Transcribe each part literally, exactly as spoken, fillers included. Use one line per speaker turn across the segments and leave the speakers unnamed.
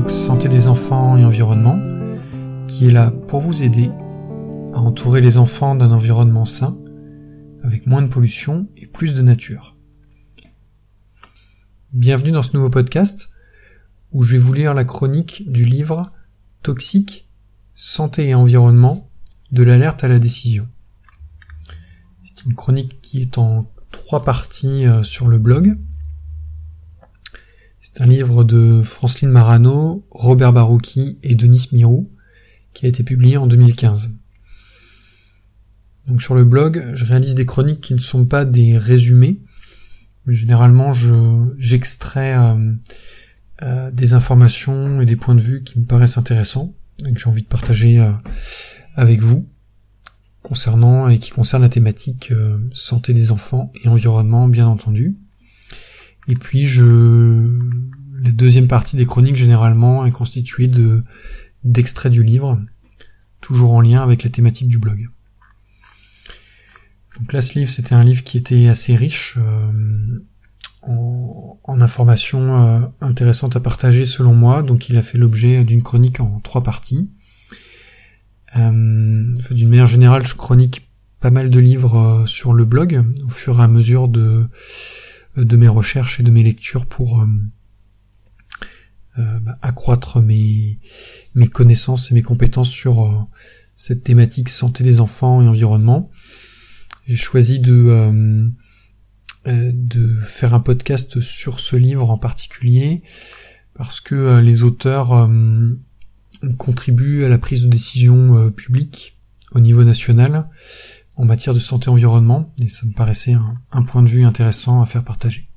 donc Santé des enfants et environnement, qui est là pour vous aider à entourer les enfants d'un environnement sain, avec moins de pollution et plus de nature. Bienvenue dans ce nouveau podcast, où je vais vous lire la chronique du livre « Toxiques, santé et environnement, de l'alerte à la décision ». C'est une chronique qui est en trois parties sur le blog. C'est un livre de Franceline Marano, Robert Barouki et Denis Mirou, qui a été publié en deux mille quinze. Donc sur le blog, je réalise des chroniques qui ne sont pas des résumés, mais généralement je, j'extrais euh, euh, des informations et des points de vue qui me paraissent intéressants et que j'ai envie de partager euh, avec vous, concernant et qui concernent la thématique euh, santé des enfants et environnement, bien entendu. Et puis je la deuxième partie des chroniques généralement est constituée de d'extraits du livre, toujours en lien avec la thématique du blog. Donc là, ce livre, c'était un livre qui était assez riche euh, en, en informations euh, intéressantes à partager selon moi, donc il a fait l'objet d'une chronique en trois parties. Euh, d'une manière générale, je chronique pas mal de livres euh, sur le blog, au fur et à mesure de, de mes recherches et de mes lectures pour euh, euh, bah, accroître mes, mes connaissances et mes compétences sur euh, cette thématique santé des enfants et environnement. J'ai choisi de, euh, euh, de faire un podcast sur ce livre en particulier parce que euh, les auteurs euh, contribuent à la prise de décision euh, publique au niveau national en matière de santé-environnement et ça me paraissait un, un point de vue intéressant à faire partager.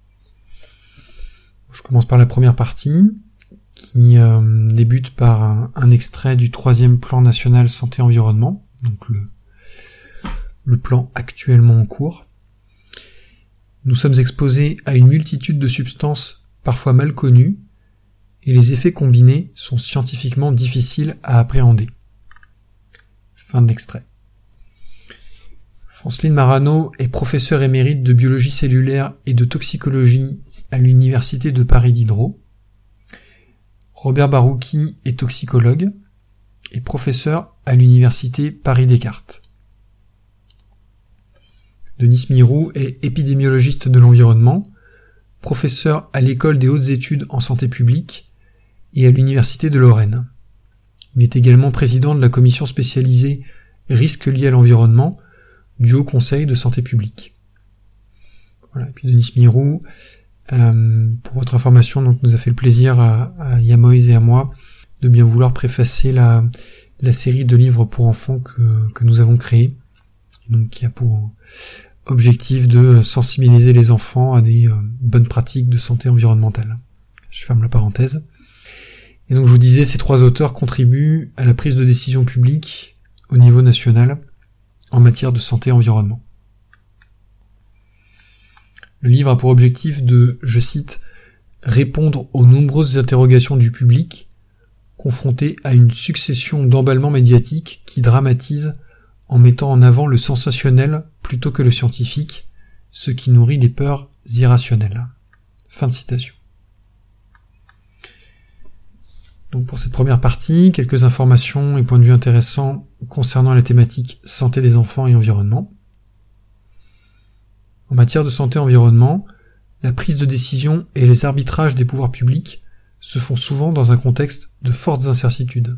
Je commence par la première partie qui euh, débute par un, un extrait du troisième plan national santé-environnement, donc le le plan actuellement en cours. Nous sommes exposés à une multitude de substances parfois mal connues et les effets combinés sont scientifiquement difficiles à appréhender. Fin de l'extrait. Franceline Marano est professeure émérite de biologie cellulaire et de toxicologie à l'université de Paris Diderot. Robert Barouki est toxicologue et professeur à l'université Paris Descartes. Denis Mirou est épidémiologiste de l'environnement, professeur à l'école des hautes études en santé publique et à l'université de Lorraine. Il est également président de la commission spécialisée risques liés à l'environnement du Haut Conseil de santé publique. Voilà. Et puis Denis Mirou, euh, pour votre information, donc, nous a fait le plaisir à, à Yamoïse et à moi de bien vouloir préfacer la, la série de livres pour enfants que, que nous avons créée, donc qui a pour objectif de sensibiliser les enfants à des euh, bonnes pratiques de santé environnementale. Je ferme la parenthèse. Et donc je vous disais, ces trois auteurs contribuent à la prise de décision publique au niveau national en matière de santé-environnement. Le livre a pour objectif de, je cite, « répondre aux nombreuses interrogations du public, confronté à une succession d'emballements médiatiques qui dramatisent en mettant en avant le sensationnel plutôt que le scientifique, ce qui nourrit les peurs irrationnelles. » Fin de citation. Donc pour cette première partie, quelques informations et points de vue intéressants concernant la thématique santé des enfants et environnement. En matière de santé-environnement, la prise de décision et les arbitrages des pouvoirs publics se font souvent dans un contexte de fortes incertitudes.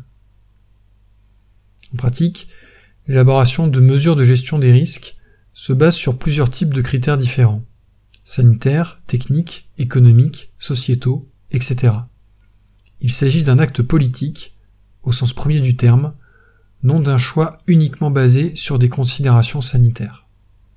En pratique, l'élaboration de mesures de gestion des risques se base sur plusieurs types de critères différents, sanitaires, techniques, économiques, sociétaux, et cetera. Il s'agit d'un acte politique, au sens premier du terme, non d'un choix uniquement basé sur des considérations sanitaires.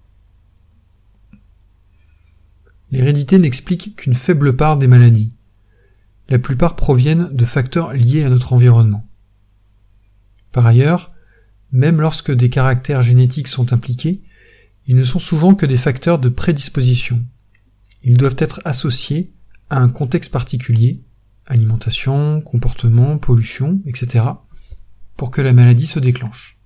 L'hérédité n'explique qu'une faible part des maladies. La plupart proviennent de facteurs liés à notre environnement. Par ailleurs, même lorsque des caractères génétiques sont impliqués, ils ne sont souvent que des facteurs de prédisposition. Ils doivent être associés à un contexte particulier, alimentation, comportement, pollution, et cetera, pour que la maladie se déclenche.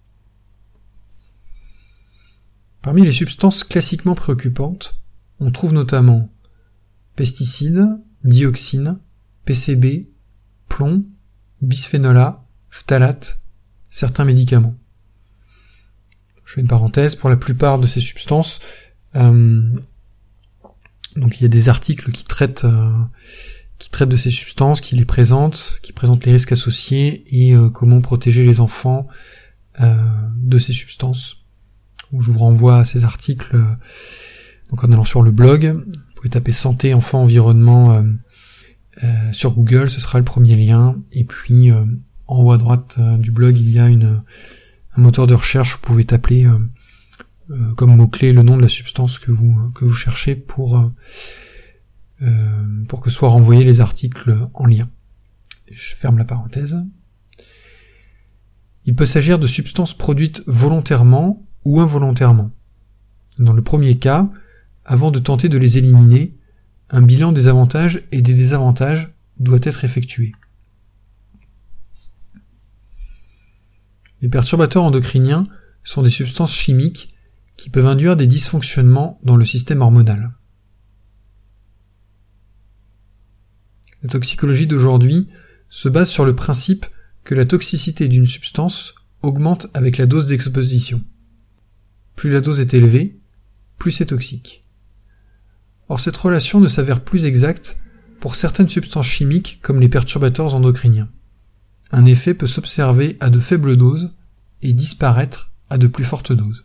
Parmi les substances classiquement préoccupantes, on trouve notamment pesticides, dioxines, P C B, plomb, bisphénol A, phtalate, certains médicaments. Je fais une parenthèse, pour la plupart de ces substances, euh, donc il y a des articles qui traitent, euh, qui traitent de ces substances, qui les présentent, qui présentent les risques associés et euh, comment protéger les enfants euh, de ces substances. Donc, je vous renvoie à ces articles euh, donc en allant sur le blog. Vous pouvez taper santé, enfant, environnement euh, euh, sur Google, ce sera le premier lien. Et puis euh, en haut à droite euh, du blog, il y a une un moteur de recherche, vous pouvez taper euh, euh, comme mot-clé le nom de la substance que vous que vous cherchez pour euh, euh, pour que soient renvoyés les articles en lien. Je ferme la parenthèse. Il peut s'agir de substances produites volontairement ou involontairement. Dans le premier cas, avant de tenter de les éliminer, un bilan des avantages et des désavantages doit être effectué. Les perturbateurs endocriniens sont des substances chimiques qui peuvent induire des dysfonctionnements dans le système hormonal. La toxicologie d'aujourd'hui se base sur le principe que la toxicité d'une substance augmente avec la dose d'exposition. Plus la dose est élevée, plus c'est toxique. Or cette relation ne s'avère plus exacte pour certaines substances chimiques comme les perturbateurs endocriniens. Un effet peut s'observer à de faibles doses et disparaître à de plus fortes doses.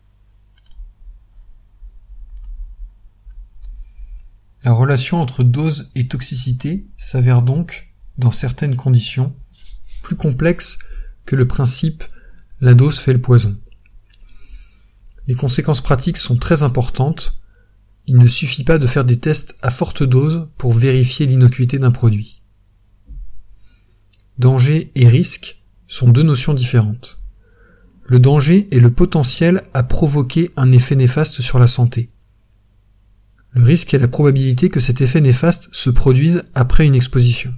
La relation entre dose et toxicité s'avère donc, dans certaines conditions, plus complexe que le principe « la dose fait le poison ». Les conséquences pratiques sont très importantes. Il ne suffit pas de faire des tests à forte dose pour vérifier l'innocuité d'un produit. Danger et risque sont deux notions différentes. Le danger est le potentiel à provoquer un effet néfaste sur la santé. Le risque est la probabilité que cet effet néfaste se produise après une exposition.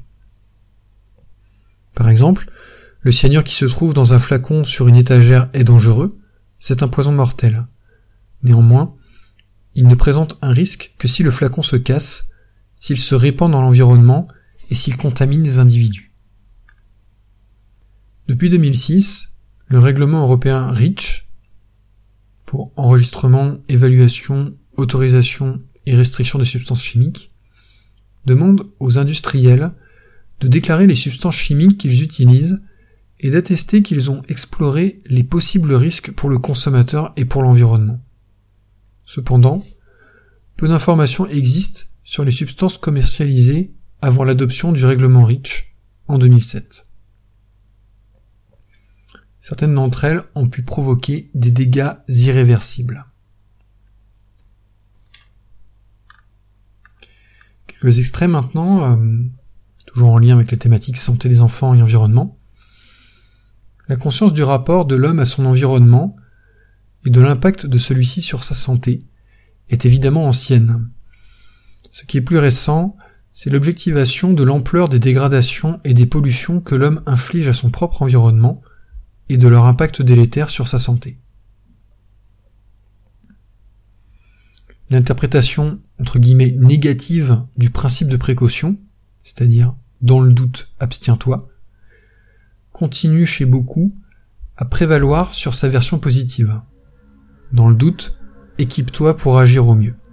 Par exemple, le cyanure qui se trouve dans un flacon sur une étagère est dangereux, c'est un poison mortel. Néanmoins, il ne présente un risque que si le flacon se casse, s'il se répand dans l'environnement et s'il contamine les individus. Depuis deux mille six, le règlement européen REACH, pour enregistrement, évaluation, autorisation et restriction des substances chimiques, demande aux industriels de déclarer les substances chimiques qu'ils utilisent et d'attester qu'ils ont exploré les possibles risques pour le consommateur et pour l'environnement. Cependant, peu d'informations existent sur les substances commercialisées avant l'adoption du règlement REACH en deux mille sept. Certaines d'entre elles ont pu provoquer des dégâts irréversibles. Quelques extraits maintenant, euh, toujours en lien avec la thématique santé des enfants et environnement. La conscience du rapport de l'homme à son environnement et de l'impact de celui-ci sur sa santé est évidemment ancienne. Ce qui est plus récent, c'est l'objectivation de l'ampleur des dégradations et des pollutions que l'homme inflige à son propre environnement et de leur impact délétère sur sa santé. L'interprétation, entre guillemets, négative du principe de précaution, c'est-à-dire « dans le doute, abstiens-toi », continue chez beaucoup à prévaloir sur sa version positive. Dans le doute, équipe-toi pour agir au mieux.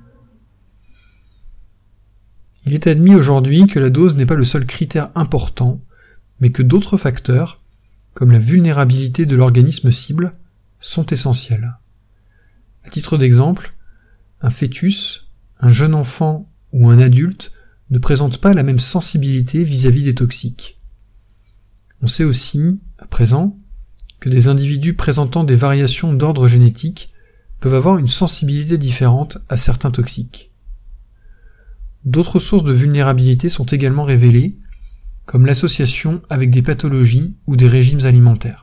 Il est admis aujourd'hui que la dose n'est pas le seul critère important, mais que d'autres facteurs, comme la vulnérabilité de l'organisme cible, sont essentiels. À titre d'exemple, un fœtus, un jeune enfant ou un adulte ne présentent pas la même sensibilité vis-à-vis des toxiques. On sait aussi, à présent, que des individus présentant des variations d'ordre génétique peuvent avoir une sensibilité différente à certains toxiques. D'autres sources de vulnérabilité sont également révélées, comme l'association avec des pathologies ou des régimes alimentaires.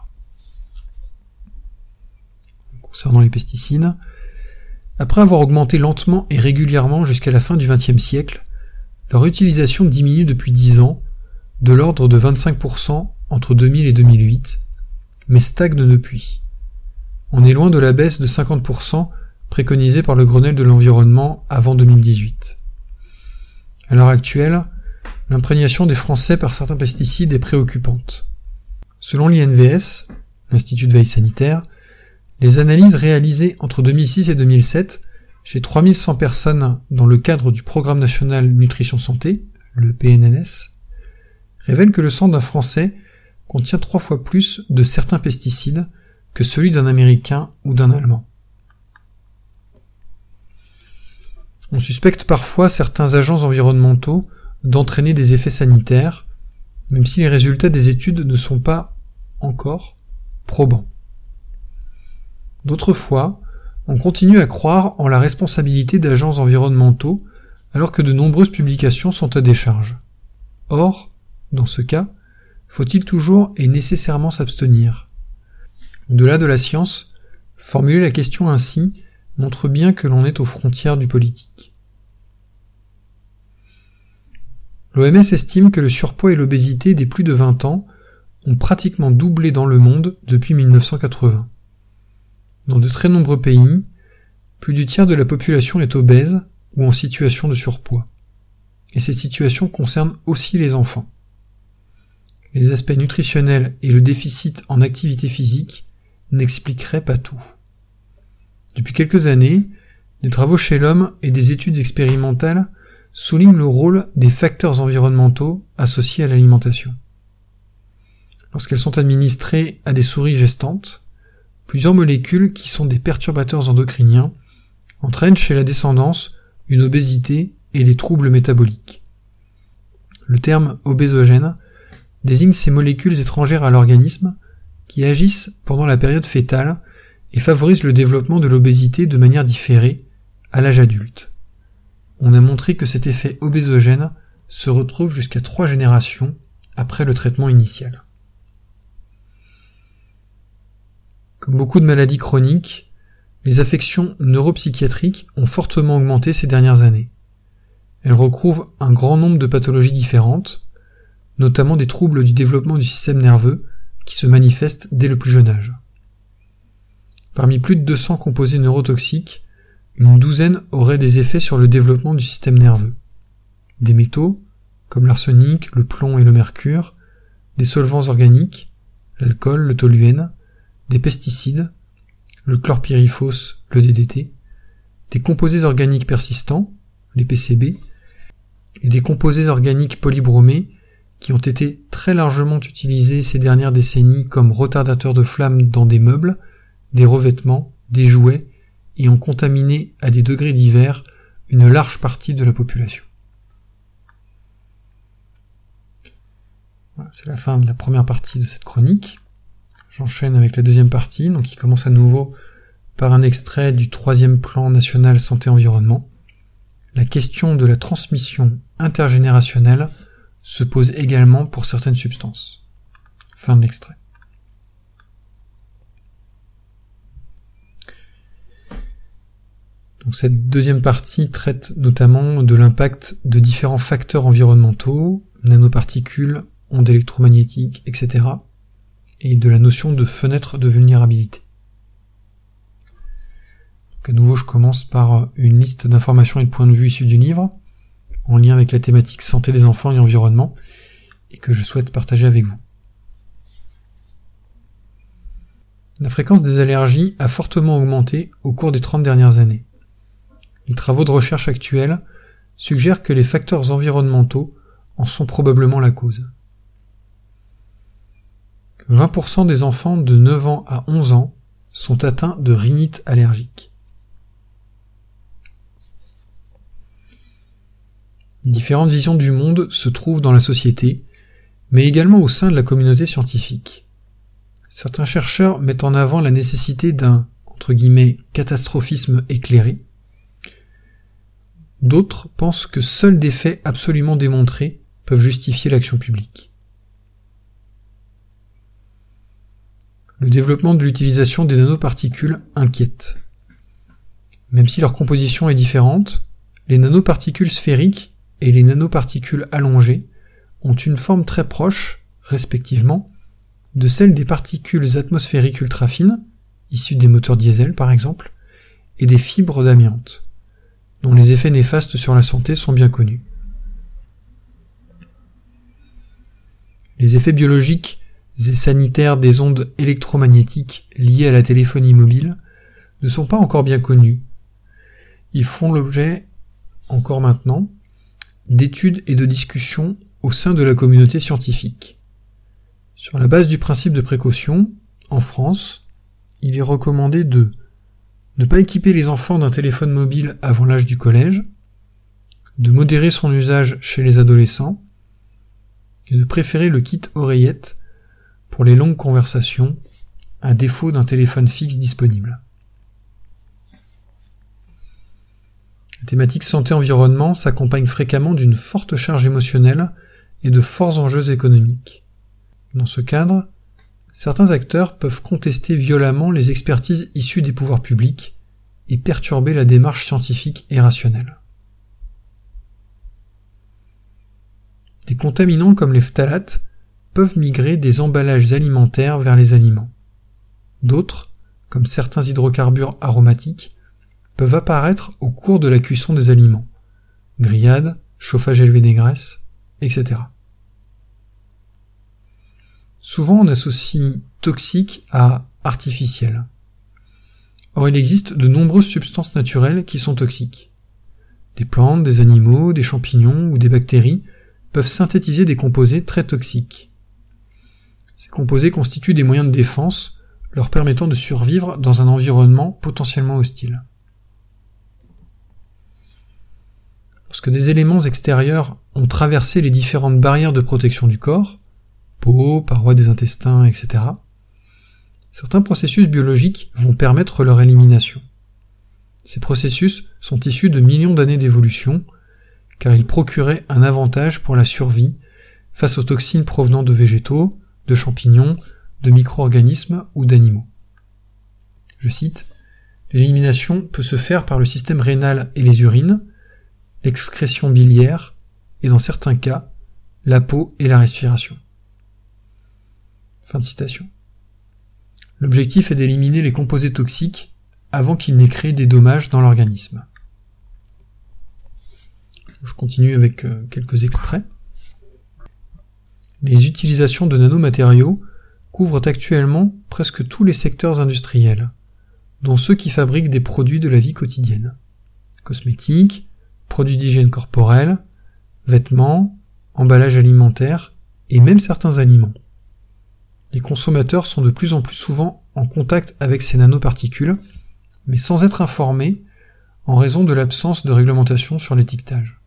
Concernant les pesticides, après avoir augmenté lentement et régulièrement jusqu'à la fin du vingtième siècle, leur utilisation diminue depuis dix ans, de l'ordre de vingt-cinq pour cent entre deux mille et deux mille huit, mais stagne depuis. On est loin de la baisse de cinquante pour cent préconisée par le Grenelle de l'environnement avant deux mille dix-huit. À l'heure actuelle, l'imprégnation des Français par certains pesticides est préoccupante. Selon l'I N V S, l'Institut de veille sanitaire, les analyses réalisées entre deux mille six et deux mille sept chez trois mille cent personnes dans le cadre du Programme national nutrition santé, le P N N S, révèlent que le sang d'un Français contient trois fois plus de certains pesticides que celui d'un Américain ou d'un Allemand. On suspecte parfois certains agents environnementaux d'entraîner des effets sanitaires, même si les résultats des études ne sont pas encore probants. D'autres fois, on continue à croire en la responsabilité d'agents environnementaux alors que de nombreuses publications sont à décharge. Or, dans ce cas, faut-il toujours et nécessairement s'abstenir ? Au-delà de la science, formuler la question ainsi montre bien que l'on est aux frontières du politique. L'O M S estime que le surpoids et l'obésité des plus de vingt ans ont pratiquement doublé dans le monde depuis mille neuf cent quatre-vingts. Dans de très nombreux pays, plus du tiers de la population est obèse ou en situation de surpoids. Et ces situations concernent aussi les enfants. Les aspects nutritionnels et le déficit en activité physique n'expliqueraient pas tout. Depuis quelques années, des travaux chez l'homme et des études expérimentales soulignent le rôle des facteurs environnementaux associés à l'alimentation. Lorsqu'elles sont administrées à des souris gestantes, plusieurs molécules qui sont des perturbateurs endocriniens entraînent chez la descendance une obésité et des troubles métaboliques. Le terme obésogène désigne ces molécules étrangères à l'organisme qui agissent pendant la période fœtale et favorisent le développement de l'obésité de manière différée à l'âge adulte. On a montré que cet effet obésogène se retrouve jusqu'à trois générations après le traitement initial. Comme beaucoup de maladies chroniques, les affections neuropsychiatriques ont fortement augmenté ces dernières années. Elles recouvrent un grand nombre de pathologies différentes, notamment des troubles du développement du système nerveux qui se manifestent dès le plus jeune âge. Parmi plus de deux cents composés neurotoxiques, une douzaine auraient des effets sur le développement du système nerveux. Des métaux, comme l'arsenic, le plomb et le mercure, des solvants organiques, l'alcool, le toluène, des pesticides, le chlorpyrifos, le D D T, des composés organiques persistants, les P C B, et des composés organiques polybromés qui ont été très largement utilisés ces dernières décennies comme retardateurs de flamme dans des meubles, des revêtements, des jouets, et ont contaminé à des degrés divers une large partie de la population. Voilà, c'est la fin de la première partie de cette chronique. J'enchaîne avec la deuxième partie, donc qui commence à nouveau par un extrait du troisième plan national santé-environnement. La question de la transmission intergénérationnelle se pose également pour certaines substances. Fin de l'extrait. Donc cette deuxième partie traite notamment de l'impact de différents facteurs environnementaux, nanoparticules, ondes électromagnétiques, et cetera, et de la notion de fenêtre de vulnérabilité. Donc à nouveau, je commence par une liste d'informations et de points de vue issus du livre, en lien avec la thématique santé des enfants et environnement, et que je souhaite partager avec vous. La fréquence des allergies a fortement augmenté au cours des trente dernières années. Les travaux de recherche actuels suggèrent que les facteurs environnementaux en sont probablement la cause. vingt pour cent des enfants de neuf ans à onze ans sont atteints de rhinite allergique. Différentes visions du monde se trouvent dans la société, mais également au sein de la communauté scientifique. Certains chercheurs mettent en avant la nécessité d'un, entre guillemets, catastrophisme éclairé. D'autres pensent que seuls des faits absolument démontrés peuvent justifier l'action publique. Le développement de l'utilisation des nanoparticules inquiète. Même si leur composition est différente, les nanoparticules sphériques et les nanoparticules allongées ont une forme très proche, respectivement, de celle des particules atmosphériques ultrafines, issues des moteurs diesel par exemple, et des fibres d'amiante, dont les effets néfastes sur la santé sont bien connus. Les effets biologiques et sanitaires des ondes électromagnétiques liées à la téléphonie mobile ne sont pas encore bien connus. Ils font l'objet, encore maintenant, d'études et de discussions au sein de la communauté scientifique. Sur la base du principe de précaution, en France, il est recommandé de ne pas équiper les enfants d'un téléphone mobile avant l'âge du collège, de modérer son usage chez les adolescents, et de préférer le kit oreillette pour les longues conversations, à défaut d'un téléphone fixe disponible. La thématique santé-environnement s'accompagne fréquemment d'une forte charge émotionnelle et de forts enjeux économiques. Dans ce cadre, certains acteurs peuvent contester violemment les expertises issues des pouvoirs publics et perturber la démarche scientifique et rationnelle. Des contaminants comme les phtalates peuvent migrer des emballages alimentaires vers les aliments. D'autres, comme certains hydrocarbures aromatiques, peuvent apparaître au cours de la cuisson des aliments, grillade, chauffage élevé des graisses, et cetera. Souvent on associe toxique à artificiel. Or il existe de nombreuses substances naturelles qui sont toxiques. Des plantes, des animaux, des champignons ou des bactéries peuvent synthétiser des composés très toxiques. Ces composés constituent des moyens de défense leur permettant de survivre dans un environnement potentiellement hostile. Lorsque des éléments extérieurs ont traversé les différentes barrières de protection du corps, peau, parois des intestins, et cetera, certains processus biologiques vont permettre leur élimination. Ces processus sont issus de millions d'années d'évolution, car ils procuraient un avantage pour la survie face aux toxines provenant de végétaux, de champignons, de micro-organismes ou d'animaux. Je cite, « L'élimination peut se faire par le système rénal et les urines, l'excrétion biliaire et dans certains cas, la peau et la respiration. » Fin de citation. L'objectif est d'éliminer les composés toxiques avant qu'ils n'aient créé des dommages dans l'organisme. Je continue avec quelques extraits. Les utilisations de nanomatériaux couvrent actuellement presque tous les secteurs industriels, dont ceux qui fabriquent des produits de la vie quotidienne. Cosmétiques, produits d'hygiène corporelle, vêtements, emballages alimentaires et même certains aliments. Les consommateurs sont de plus en plus souvent en contact avec ces nanoparticules, mais sans être informés en raison de l'absence de réglementation sur l'étiquetage.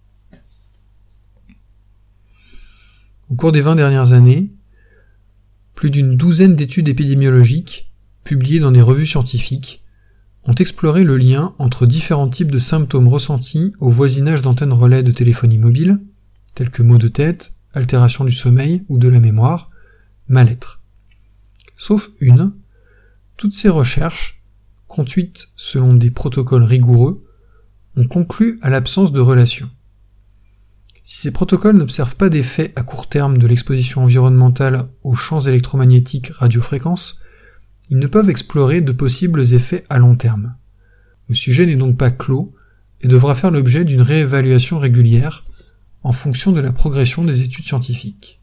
Au cours des vingt dernières années, plus d'une douzaine d'études épidémiologiques, publiées dans des revues scientifiques, ont exploré le lien entre différents types de symptômes ressentis au voisinage d'antennes relais de téléphonie mobile, tels que maux de tête, altération du sommeil ou de la mémoire, mal-être. Sauf une, toutes ces recherches, conduites selon des protocoles rigoureux, ont conclu à l'absence de relation. Si ces protocoles n'observent pas d'effet à court terme de l'exposition environnementale aux champs électromagnétiques radiofréquences, ils ne peuvent explorer de possibles effets à long terme. Le sujet n'est donc pas clos et devra faire l'objet d'une réévaluation régulière en fonction de la progression des études scientifiques.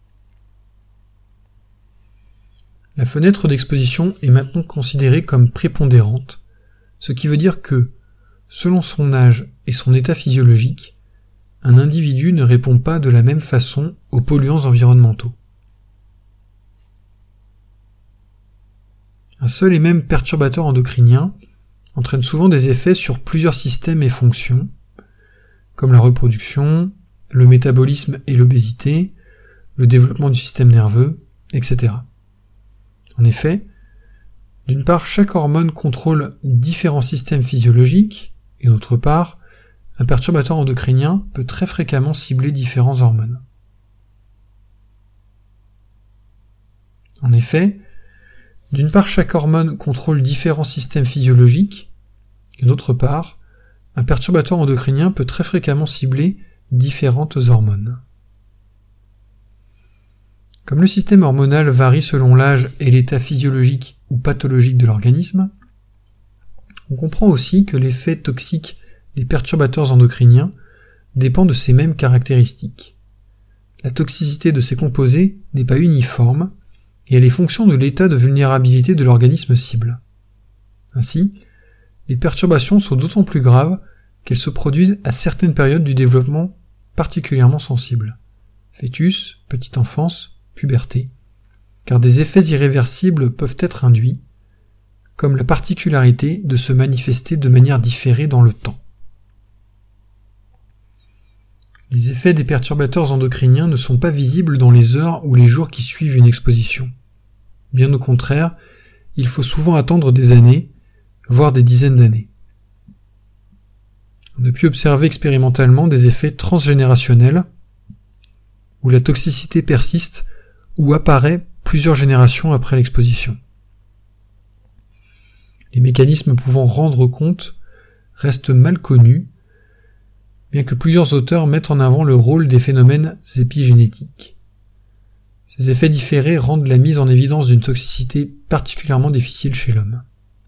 La fenêtre d'exposition est maintenant considérée comme prépondérante, ce qui veut dire que, selon son âge et son état physiologique, un individu ne répond pas de la même façon aux polluants environnementaux. Un seul et même perturbateur endocrinien entraîne souvent des effets sur plusieurs systèmes et fonctions, comme la reproduction, le métabolisme et l'obésité, le développement du système nerveux, et cetera. En effet, d'une part, chaque hormone contrôle différents systèmes physiologiques, et d'autre part, un perturbateur endocrinien peut très fréquemment cibler différentes hormones. En effet, d'une part, chaque hormone contrôle différents systèmes physiologiques, et d'autre part, un perturbateur endocrinien peut très fréquemment cibler différentes hormones. Comme le système hormonal varie selon l'âge et l'état physiologique ou pathologique de l'organisme, on comprend aussi que l'effet toxique des perturbateurs endocriniens dépend de ces mêmes caractéristiques. la toxicité de ces composés n'est pas uniforme et elle est fonction de l'état de vulnérabilité de l'organisme cible. Ainsi, les perturbations sont d'autant plus graves qu'elles se produisent à certaines périodes du développement particulièrement sensibles. Fœtus, petite enfance, puberté, car des effets irréversibles peuvent être induits, comme la particularité de se manifester de manière différée dans le temps. Les effets des perturbateurs endocriniens ne sont pas visibles dans les heures ou les jours qui suivent une exposition. Bien au contraire, il faut souvent attendre des années, voire des dizaines d'années. On a pu observer expérimentalement des effets transgénérationnels où la toxicité persiste ou apparaît plusieurs générations après l'exposition. Les mécanismes pouvant rendre compte restent mal connus, bien que plusieurs auteurs mettent en avant le rôle des phénomènes épigénétiques. Ces effets différés rendent la mise en évidence d'une toxicité particulièrement difficile chez l'homme.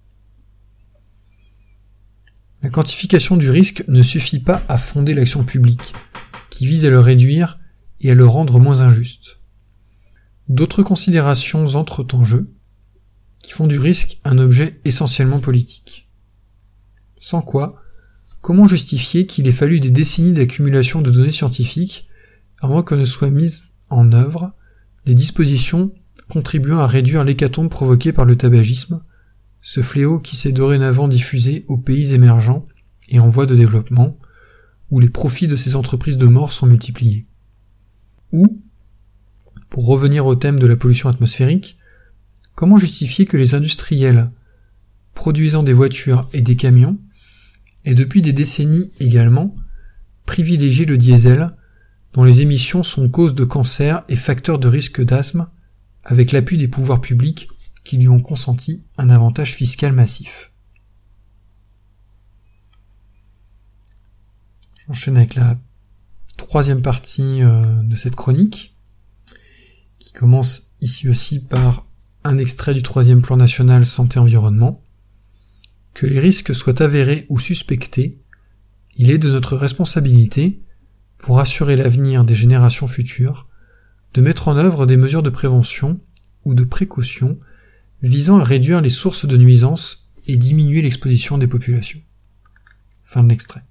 La quantification du risque ne suffit pas à fonder l'action publique, qui vise à le réduire et à le rendre moins injuste. D'autres considérations entrent en jeu, qui font du risque un objet essentiellement politique. Sans quoi, comment justifier qu'il ait fallu des décennies d'accumulation de données scientifiques avant que ne soient mises en œuvre des dispositions contribuant à réduire l'hécatombe provoquée par le tabagisme, ce fléau qui s'est dorénavant diffusé aux pays émergents et en voie de développement, où les profits de ces entreprises de mort sont multipliés. Ou, pour revenir au thème de la pollution atmosphérique, comment justifier que les industriels produisant des voitures et des camions aient depuis des décennies également privilégié le diesel, dont les émissions sont cause de cancer et facteurs de risque d'asthme, avec l'appui des pouvoirs publics qui lui ont consenti un avantage fiscal massif. J'enchaîne avec la troisième partie euh, de cette chronique, qui commence ici aussi par un extrait du troisième plan national santé-environnement. Que les risques soient avérés ou suspectés, il est de notre responsabilité, pour assurer l'avenir des générations futures, de mettre en œuvre des mesures de prévention ou de précaution visant à réduire les sources de nuisances et diminuer l'exposition des populations. Fin de l'extrait.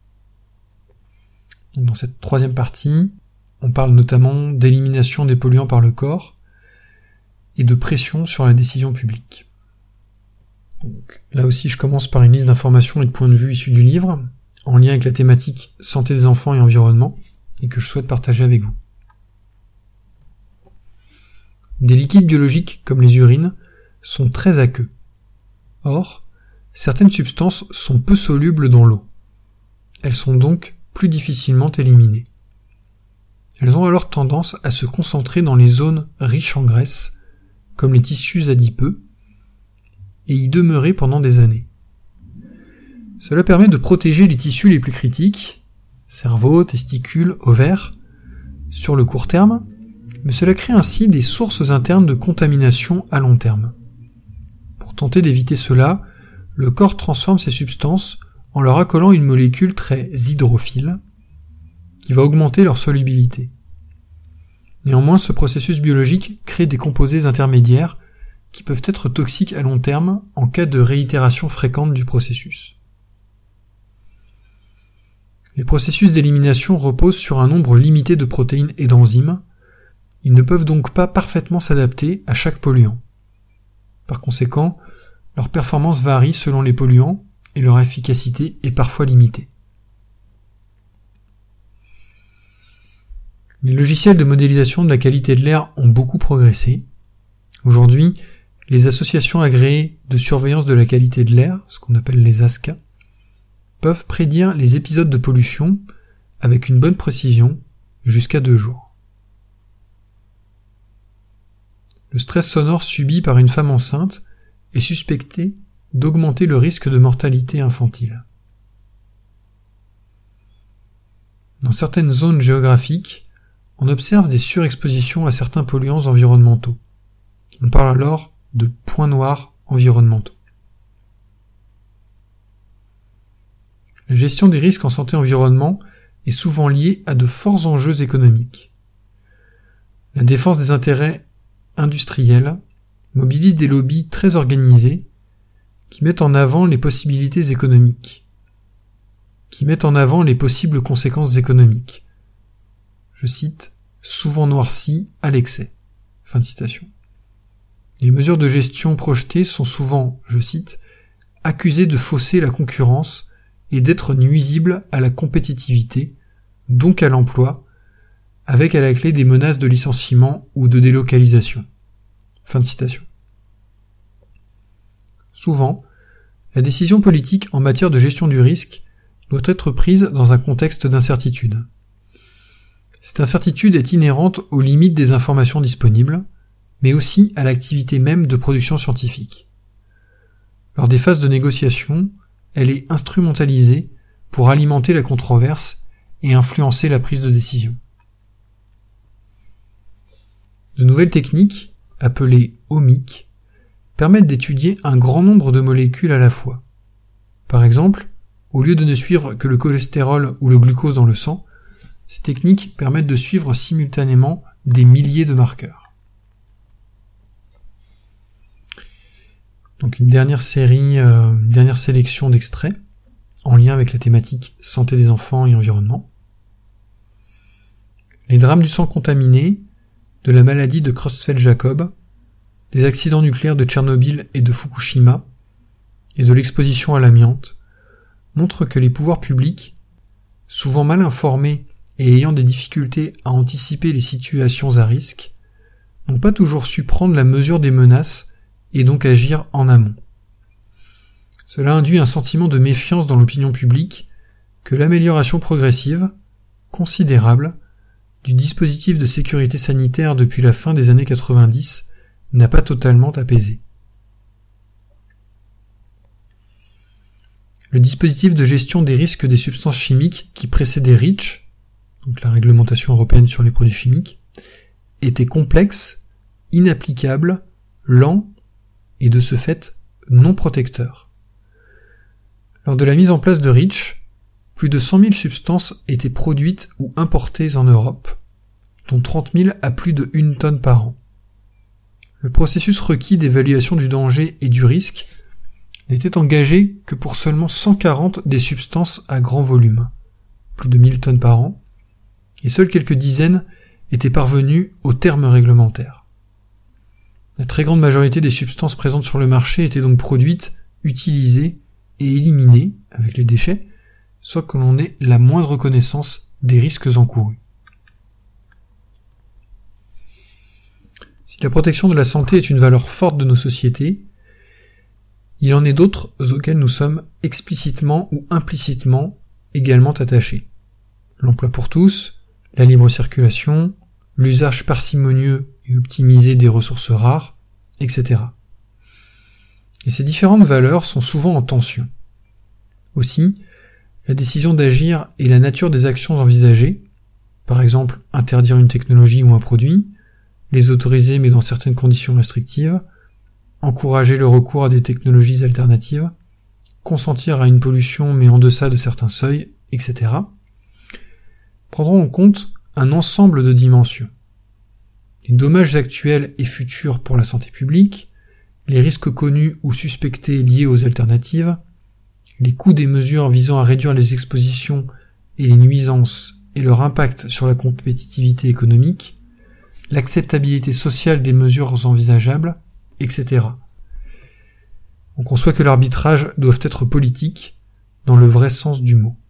Dans cette troisième partie, on parle notamment d'élimination des polluants par le corps et de pression sur la décision publique. Donc, là aussi, je commence par une liste d'informations et de points de vue issus du livre, en lien avec la thématique santé des enfants et environnement, et que je souhaite partager avec vous. Des liquides biologiques, comme les urines, sont très aqueux. Or, certaines substances sont peu solubles dans l'eau. Elles sont donc plus difficilement éliminées. Elles ont alors tendance à se concentrer dans les zones riches en graisse, comme les tissus adipeux, et y demeurer pendant des années. Cela permet de protéger les tissus les plus critiques, cerveau, testicules, ovaires, sur le court terme, mais cela crée ainsi des sources internes de contamination à long terme. Pour tenter d'éviter cela, le corps transforme ces substances en leur accolant une molécule très hydrophile qui va augmenter leur solubilité. Néanmoins, ce processus biologique crée des composés intermédiaires qui peuvent être toxiques à long terme en cas de réitération fréquente du processus. Les processus d'élimination reposent sur un nombre limité de protéines et d'enzymes. Ils ne peuvent donc pas parfaitement s'adapter à chaque polluant. Par conséquent, leur performance varie selon les polluants et leur efficacité est parfois limitée. Les logiciels de modélisation de la qualité de l'air ont beaucoup progressé. Aujourd'hui, les associations agréées de surveillance de la qualité de l'air, ce qu'on appelle les A S C A, peuvent prédire les épisodes de pollution avec une bonne précision jusqu'à deux jours. Le stress sonore subi par une femme enceinte est suspecté d'augmenter le risque de mortalité infantile. Dans certaines zones géographiques, on observe des surexpositions à certains polluants environnementaux. On parle alors de points noirs environnementaux. La gestion des risques en santé-environnement est souvent liée à de forts enjeux économiques. La défense des intérêts industriels mobilise des lobbies très organisés qui mettent en avant les possibilités économiques, qui mettent en avant les possibles conséquences économiques. Je cite, souvent noircies à l'excès. Fin de citation. Les mesures de gestion projetées sont souvent, je cite, accusées de fausser la concurrence et d'être nuisibles à la compétitivité, donc à l'emploi, avec à la clé des menaces de licenciement ou de délocalisation. Fin de citation. Souvent, la décision politique en matière de gestion du risque doit être prise dans un contexte d'incertitude. Cette incertitude est inhérente aux limites des informations disponibles, mais aussi à l'activité même de production scientifique. Lors des phases de négociation, elle est instrumentalisée pour alimenter la controverse et influencer la prise de décision. De nouvelles techniques, appelées omiques, permettent d'étudier un grand nombre de molécules à la fois. Par exemple, au lieu de ne suivre que le cholestérol ou le glucose dans le sang, ces techniques permettent de suivre simultanément des milliers de marqueurs. Donc une dernière série, euh, une dernière sélection d'extraits en lien avec la thématique santé des enfants et environnement. Les drames du sang contaminé, de la maladie de Creutzfeldt-Jakob, des accidents nucléaires de Tchernobyl et de Fukushima, et de l'exposition à l'amiante, montrent que les pouvoirs publics, souvent mal informés et ayant des difficultés à anticiper les situations à risque, n'ont pas toujours su prendre la mesure des menaces et donc agir en amont. Cela induit un sentiment de méfiance dans l'opinion publique que l'amélioration progressive, considérable, du dispositif de sécurité sanitaire depuis la fin des années quatre-vingt-dix n'a pas totalement apaisé. Le dispositif de gestion des risques des substances chimiques qui précédait REACH, donc la réglementation européenne sur les produits chimiques, était complexe, inapplicable, lent et de ce fait non protecteur. Lors de la mise en place de REACH, plus de cent mille substances étaient produites ou importées en Europe, dont trente mille à plus de une tonne par an. Le processus requis d'évaluation du danger et du risque n'était engagé que pour seulement cent quarante des substances à grand volume, plus de mille tonnes par an, et seules quelques dizaines étaient parvenues aux termes réglementaires. La très grande majorité des substances présentes sur le marché étaient donc produites, utilisées et éliminées avec les déchets, sans que l'on ait la moindre connaissance des risques encourus. Si la protection de la santé est une valeur forte de nos sociétés, il en est d'autres auxquelles nous sommes explicitement ou implicitement également attachés. L'emploi pour tous, la libre circulation, l'usage parcimonieux et optimisé des ressources rares, et cetera. Et ces différentes valeurs sont souvent en tension. Aussi, la décision d'agir et la nature des actions envisagées, par exemple interdire une technologie ou un produit, les autoriser mais dans certaines conditions restrictives, encourager le recours à des technologies alternatives, consentir à une pollution mais en deçà de certains seuils, et cetera, prendront en compte un ensemble de dimensions. Les dommages actuels et futurs pour la santé publique, les risques connus ou suspectés liés aux alternatives, les coûts des mesures visant à réduire les expositions et les nuisances et leur impact sur la compétitivité économique, l'acceptabilité sociale des mesures envisageables, et cetera. On conçoit que l'arbitrage doit être politique, dans le vrai sens du mot.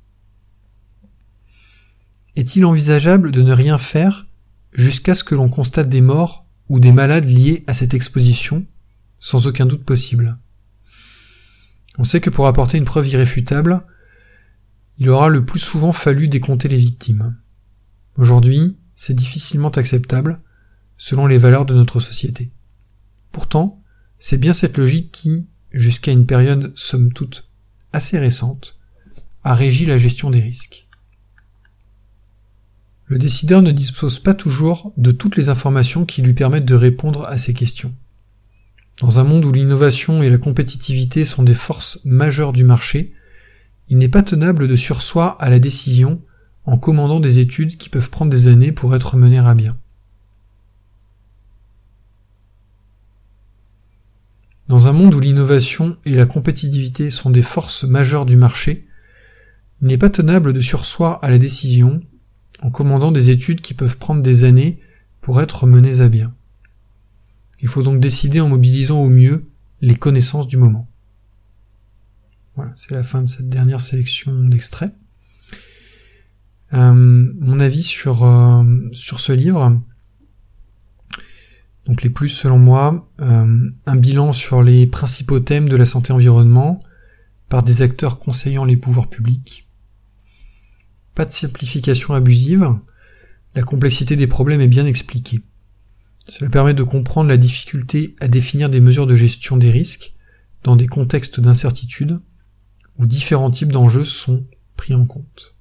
Est-il envisageable de ne rien faire jusqu'à ce que l'on constate des morts ou des malades liés à cette exposition, sans aucun doute possible? On sait que pour apporter une preuve irréfutable, il aura le plus souvent fallu décompter les victimes. Aujourd'hui, c'est difficilement acceptable, selon les valeurs de notre société. Pourtant, c'est bien cette logique qui, jusqu'à une période somme toute assez récente, a régi la gestion des risques. Le décideur ne dispose pas toujours de toutes les informations qui lui permettent de répondre à ces questions. Dans un monde où l'innovation et la compétitivité sont des forces majeures du marché, il n'est pas tenable de surseoir à la décision en commandant des études qui peuvent prendre des années pour être menées à bien. Dans un monde où l'innovation et la compétitivité sont des forces majeures du marché, il n'est pas tenable de surseoir à la décision en commandant des études qui peuvent prendre des années pour être menées à bien. Il faut donc décider en mobilisant au mieux les connaissances du moment. Voilà, c'est la fin de cette dernière sélection d'extraits. Euh, mon avis sur, euh, sur ce livre, donc les plus selon moi, euh, un bilan sur les principaux thèmes de la santé-environnement par des acteurs conseillant les pouvoirs publics, pas de simplification abusive, la complexité des problèmes est bien expliquée. Cela permet de comprendre la difficulté à définir des mesures de gestion des risques dans des contextes d'incertitude où différents types d'enjeux sont pris en compte.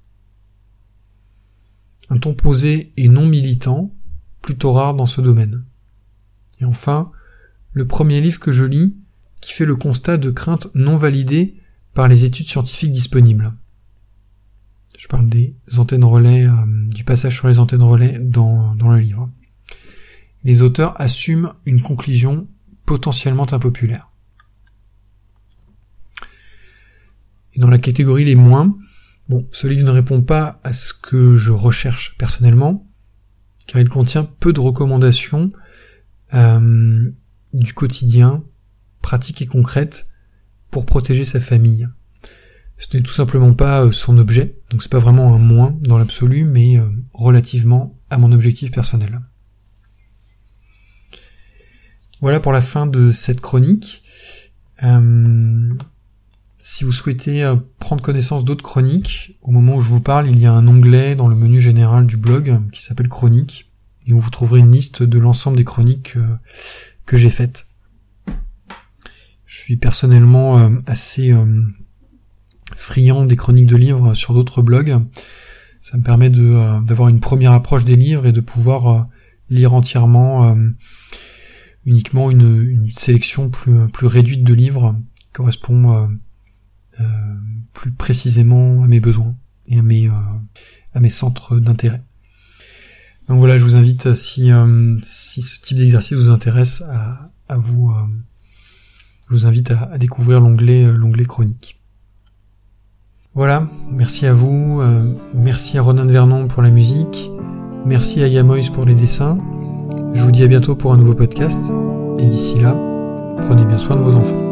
Un ton posé et non militant, plutôt rare dans ce domaine. Et enfin, le premier livre que je lis qui fait le constat de craintes non validées par les études scientifiques disponibles. Je parle des antennes relais, euh, du passage sur les antennes relais dans, dans le livre. Les auteurs assument une conclusion potentiellement impopulaire. Et dans la catégorie les moins, bon, ce livre ne répond pas à ce que je recherche personnellement, car il contient peu de recommandations euh, du quotidien, pratiques et concrètes, pour protéger sa famille. Ce n'est tout simplement pas euh, son objet, donc c'est pas vraiment un moins dans l'absolu, mais euh, relativement à mon objectif personnel. Voilà pour la fin de cette chronique. Euh, si vous souhaitez euh, prendre connaissance d'autres chroniques, au moment où je vous parle, il y a un onglet dans le menu général du blog qui s'appelle Chroniques, et où vous trouverez une liste de l'ensemble des chroniques euh, que j'ai faites. Je suis personnellement euh, assez euh, friand des chroniques de livres sur d'autres blogs. Ça me permet de, euh, d'avoir une première approche des livres et de pouvoir euh, lire entièrement euh, uniquement une, une sélection plus, plus réduite de livres qui correspond euh, euh, plus précisément à mes besoins et à mes, euh, à mes centres d'intérêt. Donc voilà, je vous invite, si, euh, si ce type d'exercice vous intéresse, à, à vous, euh, je vous invite à, à découvrir l'onglet, euh, l'onglet chronique. Voilà, merci à vous, euh, merci à Ronan Vernon pour la musique, merci à Yamois pour les dessins. Je vous dis à bientôt pour un nouveau podcast, et d'ici là, prenez bien soin de vos enfants.